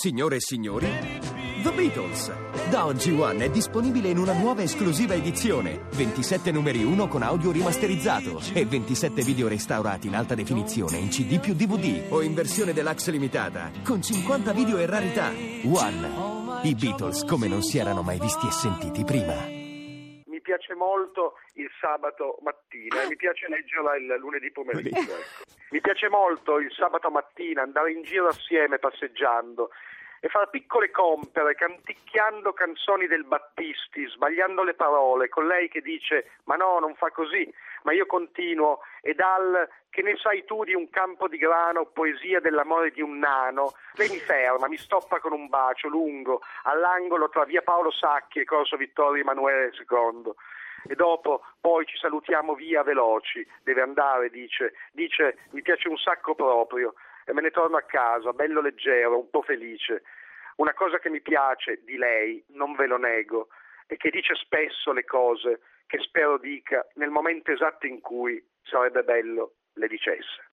Signore e signori, The Beatles. Da oggi One è disponibile in una nuova esclusiva edizione. 27 numeri 1 con audio rimasterizzato e 27 video restaurati in alta definizione in CD più DVD o in versione deluxe limitata con 50 video e rarità. One. I Beatles come non si erano mai visti e sentiti prima. Mi piace molto il sabato mattina e mi piace leggerla il lunedì pomeriggio. Ecco. Mi piace molto il sabato mattina andare in giro assieme passeggiando e fare piccole compere canticchiando canzoni del Battisti, sbagliando le parole, con lei che dice ma no, non fa così, ma io continuo, e dal che ne sai tu di un campo di grano, poesia dell'amore di un nano, lei mi ferma, mi stoppa con un bacio lungo all'angolo tra via Paolo Sacchi e corso Vittorio Emanuele II. E dopo poi ci salutiamo via veloci, deve andare, dice mi piace un sacco proprio, e me ne torno a casa, bello leggero, un po' felice. Una cosa che mi piace di lei, non ve lo nego, è che dice spesso le cose che spero dica nel momento esatto in cui sarebbe bello le dicesse.